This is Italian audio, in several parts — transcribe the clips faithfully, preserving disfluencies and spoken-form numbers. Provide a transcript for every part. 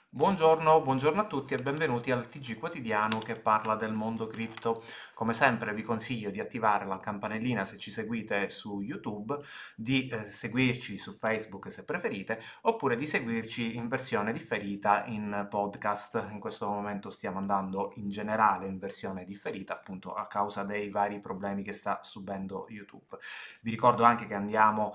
Buongiorno, buongiorno a tutti e benvenuti al T G quotidiano che parla del mondo cripto. Come sempre vi consiglio di attivare la campanellina se ci seguite su YouTube, di eh, seguirci su Facebook se preferite, oppure di seguirci in versione differita in podcast. In questo momento stiamo andando in generale in versione differita, appunto a causa dei vari problemi che sta subendo YouTube. Vi ricordo anche che andiamo,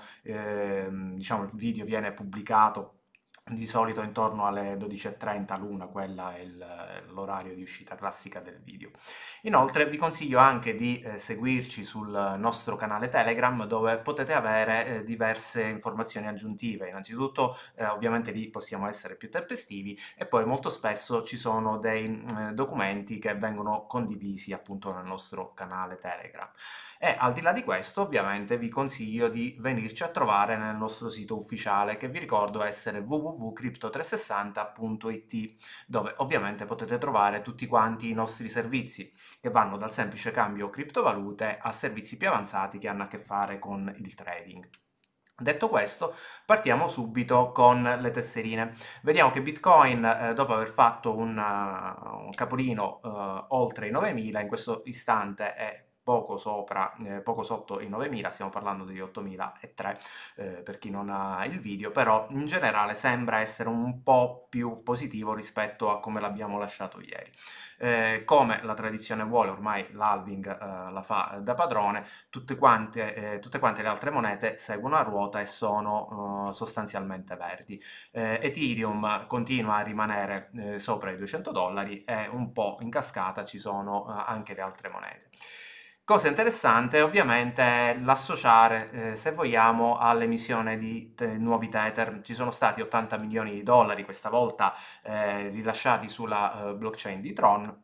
ehm, diciamo, il video viene pubblicato di solito intorno alle dodici e trenta l'una, quella è il- l'orario di uscita classica del video. Inoltre vi consiglio anche di eh, seguirci sul nostro canale Telegram dove potete avere eh, diverse informazioni aggiuntive. Innanzitutto eh, ovviamente lì possiamo essere più tempestivi e poi molto spesso ci sono dei eh, documenti che vengono condivisi appunto nel nostro canale Telegram. E al di là di questo, ovviamente, vi consiglio di venirci a trovare nel nostro sito ufficiale, che vi ricordo essere w w w punto crypto trecentosessanta punto i t, dove ovviamente potete trovare tutti quanti i nostri servizi, che vanno dal semplice cambio criptovalute a servizi più avanzati che hanno a che fare con il trading. Detto questo, partiamo subito con le tesserine. Vediamo che Bitcoin, eh, dopo aver fatto un, uh, un capolino uh, oltre i novemila, in questo istante è poco sopra, eh, poco sotto i novemila, stiamo parlando di ottomilatré eh, per chi non ha il video, però in generale sembra essere un po' più positivo rispetto a come l'abbiamo lasciato ieri. Eh, come la tradizione vuole, ormai l'halving eh, la fa da padrone, tutte quante, eh, tutte quante le altre monete seguono a ruota e sono uh, sostanzialmente verdi. Eh, Ethereum continua a rimanere eh, sopra i duecento dollari e un po' in cascata ci sono uh, anche le altre monete. Cosa interessante ovviamente è l'associare, eh, se vogliamo, all'emissione di te- nuovi Tether. Ci sono stati ottanta milioni di dollari questa volta eh, rilasciati sulla eh, blockchain di Tron.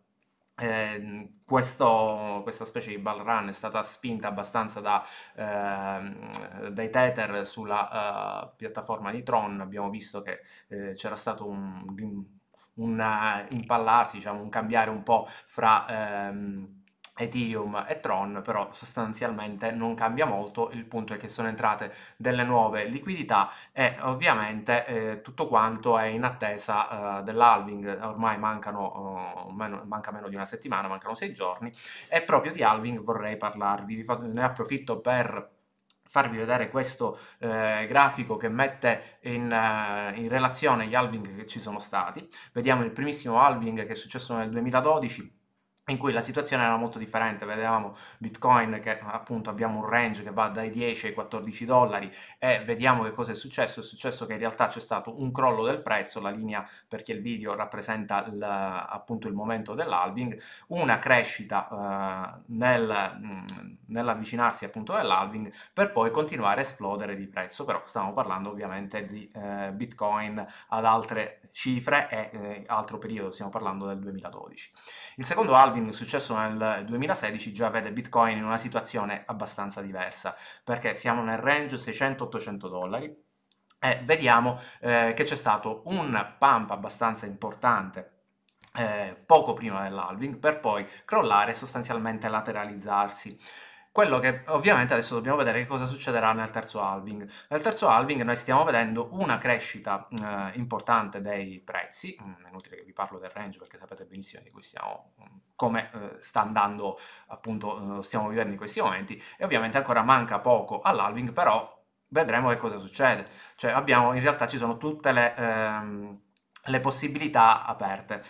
Eh, questo- questa specie di bull run è stata spinta abbastanza da, ehm, dai Tether sulla eh, piattaforma di Tron. Abbiamo visto che eh, c'era stato un, un eh, impallarsi, diciamo, un cambiare un po' fra ehm, Ethereum e Tron, però sostanzialmente non cambia molto. Il punto è che sono entrate delle nuove liquidità e ovviamente eh, tutto quanto è in attesa eh, dell'halving. Ormai mancano, eh, meno, manca meno di una settimana, mancano sei giorni, e proprio di halving vorrei parlarvi. Vi fa- ne approfitto per farvi vedere questo eh, grafico che mette in, eh, in relazione gli halving che ci sono stati. Vediamo il primissimo halving che è successo nel duemiladodici, in cui la situazione era molto differente. Vedevamo Bitcoin che appunto abbiamo un range che va dai dieci ai quattordici dollari, e vediamo che cosa è successo. È successo che in realtà c'è stato un crollo del prezzo. La linea, perché il video rappresenta il, appunto il momento dell'halving, una crescita eh, nel, mh, nell'avvicinarsi appunto dell'halving, per poi continuare a esplodere di prezzo. Però stiamo parlando ovviamente di eh, Bitcoin ad altre cifre e eh, altro periodo, stiamo parlando del duemiladodici. Il secondo halving successo nel duemilasedici già vede Bitcoin in una situazione abbastanza diversa, perché siamo nel range seicento ottocento dollari e vediamo eh, che c'è stato un pump abbastanza importante eh, poco prima dell'halving, per poi crollare e sostanzialmente lateralizzarsi. Quello che ovviamente adesso dobbiamo vedere che cosa succederà nel terzo halving. Nel terzo halving noi stiamo vedendo una crescita eh, importante dei prezzi. Mm, è inutile che vi parlo del range perché sapete benissimo di cui stiamo, mm, come eh, sta andando, appunto, eh, stiamo vivendo in questi momenti, e ovviamente ancora manca poco all'halving, però vedremo che cosa succede. Cioè abbiamo, in realtà ci sono tutte le, ehm, le possibilità aperte.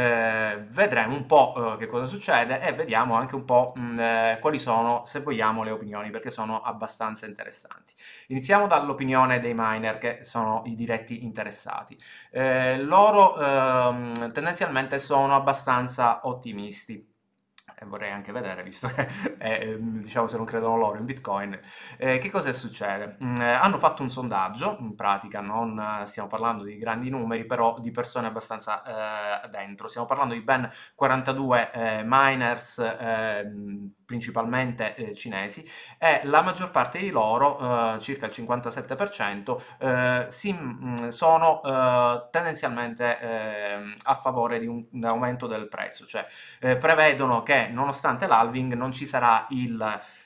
Eh, vedremo un po' eh, che cosa succede e vediamo anche un po' mh, eh, quali sono, se vogliamo, le opinioni, perché sono abbastanza interessanti. Iniziamo dall'opinione dei miner, che sono i diretti interessati. Eh, loro ehm, tendenzialmente sono abbastanza ottimisti. E vorrei anche vedere, visto che eh, diciamo se non credono loro in Bitcoin, eh, che cosa succede? Mm, eh, hanno fatto un sondaggio, in pratica non eh, stiamo parlando di grandi numeri, però di persone abbastanza eh, dentro. Stiamo parlando di ben quarantadue eh, miners, eh, principalmente eh, cinesi, e la maggior parte di loro, eh, circa il cinquantasette per cento, eh, si, mh, sono eh, tendenzialmente eh, a favore di un, un aumento del prezzo, cioè eh, prevedono che nonostante l'halving non ci sarà il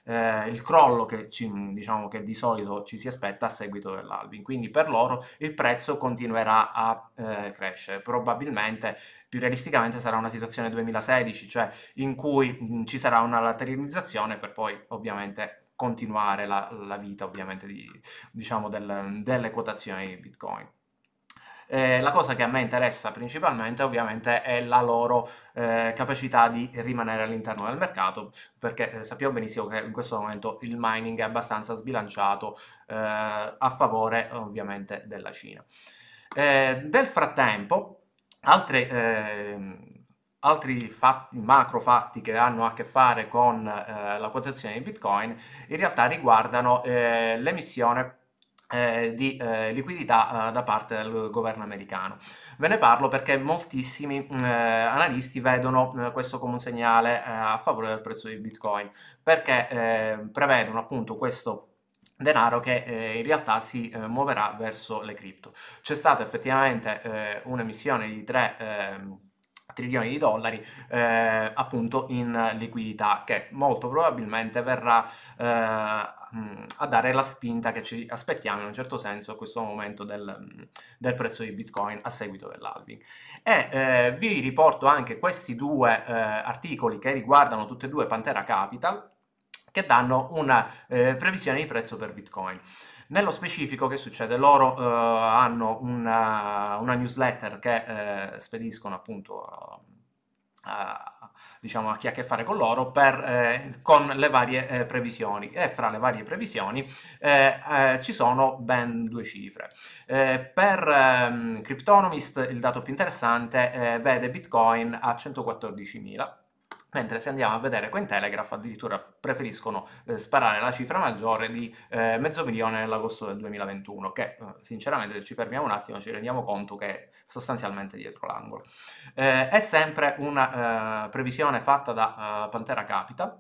eh, il crollo che, ci, diciamo, che di solito ci si aspetta a seguito dell'halving. Quindi per loro il prezzo continuerà a eh, crescere. Probabilmente, più realisticamente, sarà una situazione duemilasedici, cioè in cui mh, ci sarà una lateralizzazione per poi ovviamente continuare la, la vita ovviamente di, diciamo, del, delle quotazioni di Bitcoin. Eh, la cosa che a me interessa principalmente ovviamente è la loro eh, capacità di rimanere all'interno del mercato, perché eh, sappiamo benissimo che in questo momento il mining è abbastanza sbilanciato eh, a favore ovviamente della Cina. Eh, nel frattempo, altre, eh, altri fatti, macro fatti che hanno a che fare con eh, la quotazione di Bitcoin in realtà riguardano eh, l'emissione eh, di eh, liquidità eh, da parte del governo americano. Ve ne parlo perché moltissimi eh, analisti vedono eh, questo come un segnale eh, a favore del prezzo di Bitcoin, perché eh, prevedono appunto questo denaro che eh, in realtà si eh, muoverà verso le cripto. C'è stata effettivamente eh, un'emissione di tre eh, trilioni di dollari eh, appunto in liquidità, che molto probabilmente verrà eh, a dare la spinta che ci aspettiamo in un certo senso a questo momento del, del prezzo di Bitcoin a seguito dell'halving. E eh, vi riporto anche questi due eh, articoli che riguardano tutte e due Pantera Capital, che danno una eh, previsione di prezzo per Bitcoin. Nello specifico che succede? Loro eh, hanno una, una newsletter che eh, spediscono appunto a, diciamo, a chi ha a che fare con loro per, eh, con le varie eh, previsioni, e fra le varie previsioni eh, eh, ci sono ben due cifre. Eh, per ehm, Cryptonomist il dato più interessante eh, vede Bitcoin a centoquattordicimila, mentre se andiamo a vedere Cointelegraph addirittura preferiscono eh, sparare la cifra maggiore di eh, mezzo milione nell'agosto del duemilaventuno, che eh, sinceramente se ci fermiamo un attimo ci rendiamo conto che è sostanzialmente dietro l'angolo. Eh, è sempre una eh, previsione fatta da uh, Pantera Capital.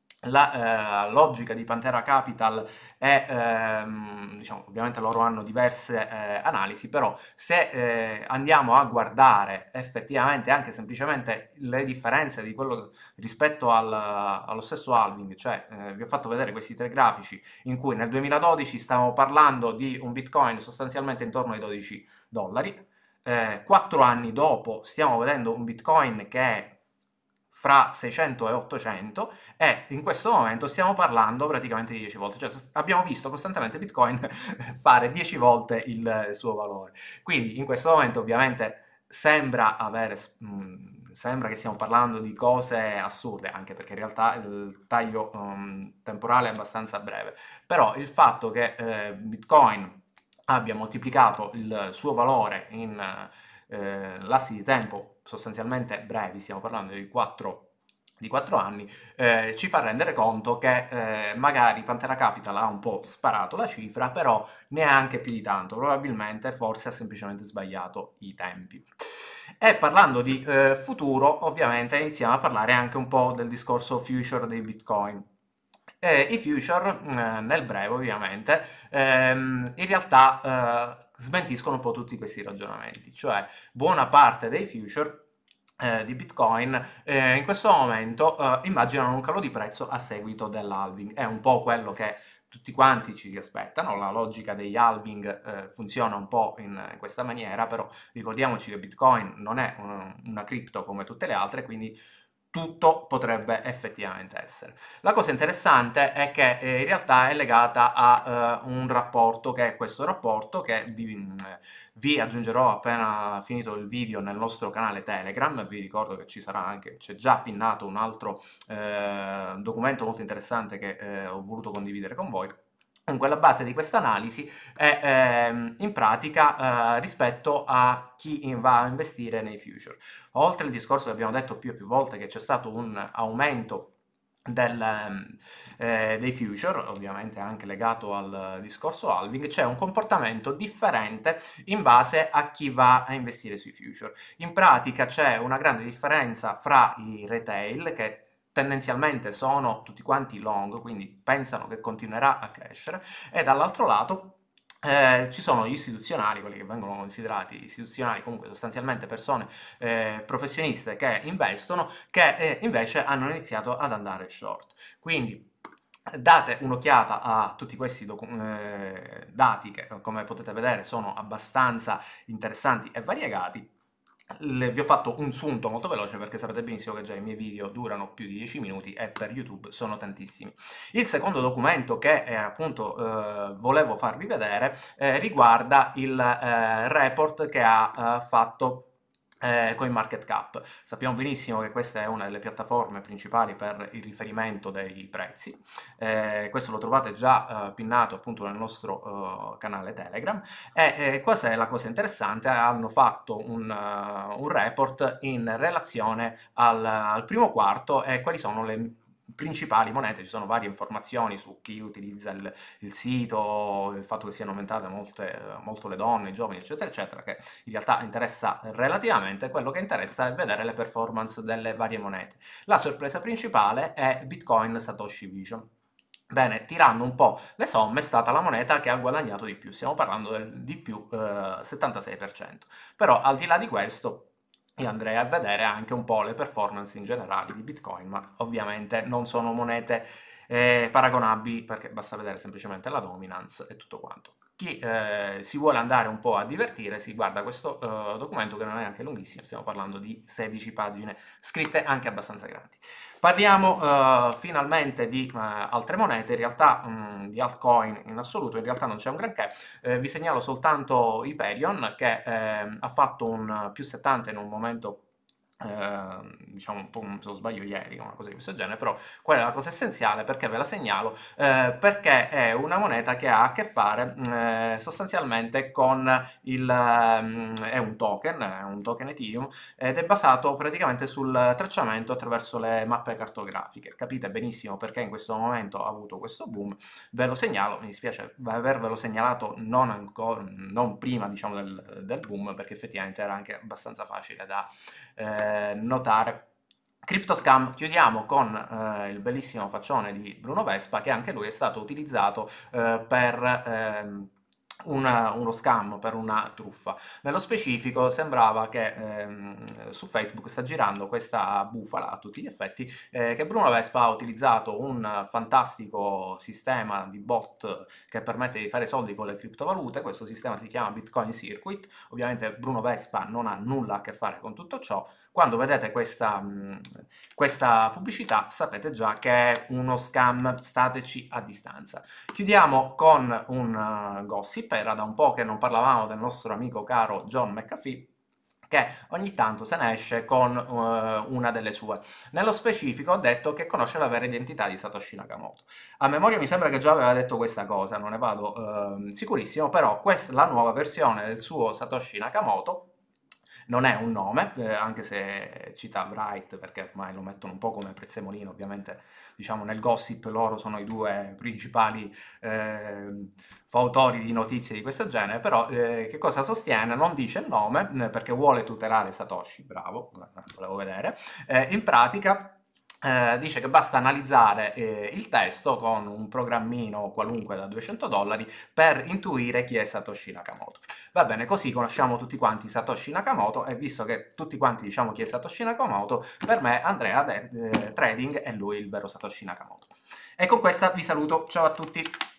La eh, logica di Pantera Capital è, ehm, diciamo, ovviamente loro hanno diverse eh, analisi, però se eh, andiamo a guardare effettivamente anche semplicemente le differenze di quello rispetto al, allo stesso halving, cioè eh, vi ho fatto vedere questi tre grafici in cui nel duemiladodici stavamo parlando di un Bitcoin sostanzialmente intorno ai dodici dollari, eh, quattro anni dopo stiamo vedendo un Bitcoin che è fra seicento e ottocento, e in questo momento stiamo parlando praticamente di dieci volte, cioè abbiamo visto costantemente Bitcoin fare dieci volte il suo valore. Quindi in questo momento ovviamente sembra avere mh, sembra che stiamo parlando di cose assurde, anche perché in realtà il taglio um, temporale è abbastanza breve, però il fatto che eh, Bitcoin abbia moltiplicato il suo valore in eh, lassi di tempo sostanzialmente brevi, stiamo parlando di quattro di quattro anni, eh, ci fa rendere conto che eh, magari Pantera Capital ha un po' sparato la cifra, però neanche più di tanto, probabilmente forse ha semplicemente sbagliato i tempi. E parlando di eh, futuro, ovviamente iniziamo a parlare anche un po' del discorso future dei Bitcoin. Eh, I future, eh, nel breve ovviamente, ehm, in realtà eh, smentiscono un po' tutti questi ragionamenti, cioè buona parte dei future eh, di Bitcoin eh, in questo momento eh, immaginano un calo di prezzo a seguito dell'halving. È un po' quello che tutti quanti ci si aspettano, la logica degli halving eh, funziona un po' in, in questa maniera, però ricordiamoci che Bitcoin non è un, una cripto come tutte le altre, quindi tutto potrebbe effettivamente essere. La cosa interessante è che eh, in realtà è legata a uh, un rapporto, che è questo rapporto che vi, vi aggiungerò appena finito il video nel nostro canale Telegram. Vi ricordo che ci sarà anche, c'è già pinnato un altro eh, documento molto interessante che eh, ho voluto condividere con voi. Comunque la base di questa analisi è ehm, in pratica eh, rispetto a chi va a investire nei future. Oltre al discorso che abbiamo detto più e più volte che c'è stato un aumento del, eh, dei future, ovviamente anche legato al discorso halving, c'è un comportamento differente in base a chi va a investire sui future. In pratica c'è una grande differenza fra i retail, che tendenzialmente sono tutti quanti long, quindi pensano che continuerà a crescere, e dall'altro lato eh, ci sono gli istituzionali, quelli che vengono considerati istituzionali, comunque sostanzialmente persone eh, professioniste che investono, che eh, invece hanno iniziato ad andare short. Quindi Date un'occhiata a tutti questi eh, dati che, come potete vedere, sono abbastanza interessanti e variegati. Le, vi ho fatto un sunto molto veloce perché sapete benissimo che già i miei video durano più di dieci minuti e per YouTube sono tantissimi. Il secondo documento che eh, appunto eh, volevo farvi vedere eh, riguarda il eh, report che ha eh, fatto Eh, CoinMarketCap. Sappiamo benissimo che questa è una delle piattaforme principali per il riferimento dei prezzi. Eh, questo lo trovate già eh, pinnato appunto nel nostro eh, canale Telegram. E eh, cos'è la cosa interessante? Hanno fatto un, uh, un report in relazione al, al primo quarto e quali sono le principali monete. Ci sono varie informazioni su chi utilizza il, il sito, il fatto che siano aumentate molte, molto le donne, i giovani, eccetera, eccetera, che in realtà interessa relativamente. Quello che interessa è vedere le performance delle varie monete. La sorpresa principale è Bitcoin Satoshi Vision. Bene, tirando un po' le somme, è stata la moneta che ha guadagnato di più, stiamo parlando del, di più eh, settantasei per cento. Però al di là di questo io andrei a vedere anche un po' le performance in generale di Bitcoin, ma ovviamente non sono monete eh, paragonabili perché basta vedere semplicemente la dominance e tutto quanto. Chi eh, si vuole andare un po' a divertire si guarda questo eh, documento che non è anche lunghissimo, stiamo parlando di sedici pagine scritte anche abbastanza grandi. Parliamo uh, finalmente di uh, altre monete, in realtà um, di altcoin in assoluto, in realtà non c'è un granché, eh, vi segnalo soltanto Hyperion che eh, ha fatto un più settanta in un momento, eh, diciamo un po', se non sbaglio ieri, una cosa di questo genere, però qual è la cosa essenziale, perché ve la segnalo? Eh, perché è una moneta che ha a che fare eh, sostanzialmente con il, um, è un token, è un token Ethereum, ed è basato praticamente sul tracciamento attraverso le mappe cartografiche. Capite benissimo perché in questo momento ha avuto questo boom, ve lo segnalo, mi dispiace avervelo segnalato non, ancora, non prima diciamo del, del boom, perché effettivamente era anche abbastanza facile da eh, notare. CryptoScam, chiudiamo con eh, il bellissimo faccione di Bruno Vespa, che anche lui è stato utilizzato eh, per ehm, una, uno scam, per una truffa. Nello specifico sembrava che ehm, su Facebook sta girando questa bufala a tutti gli effetti, eh, che Bruno Vespa ha utilizzato un fantastico sistema di bot che permette di fare soldi con le criptovalute. Questo sistema si chiama Bitcoin Circuit. Ovviamente Bruno Vespa non ha nulla a che fare con tutto ciò. Quando vedete questa, mh, questa pubblicità sapete già che è uno scam, stateci a distanza. Chiudiamo con un uh, gossip. Era da un po' che non parlavamo del nostro amico caro John McAfee, che ogni tanto se ne esce con uh, una delle sue. Nello specifico ha detto che conosce la vera identità di Satoshi Nakamoto. A memoria mi sembra che già aveva detto questa cosa, non ne vado uh, sicurissimo, però questa, la nuova versione del suo Satoshi Nakamoto, non è un nome, eh, anche se cita Bright, perché ormai lo mettono un po' come prezzemolino, ovviamente diciamo nel gossip loro sono i due principali eh, fautori di notizie di questo genere, però eh, che cosa sostiene? Non dice il nome, eh, perché vuole tutelare Satoshi, bravo, volevo vedere, eh, in pratica eh, dice che basta analizzare eh, il testo con un programmino qualunque da duecento dollari per intuire chi è Satoshi Nakamoto. Va bene, così conosciamo tutti quanti Satoshi Nakamoto, e visto che tutti quanti diciamo chi è Satoshi Nakamoto, per me Andrea De- eh, Trading è lui il vero Satoshi Nakamoto. E con questa vi saluto, ciao a tutti!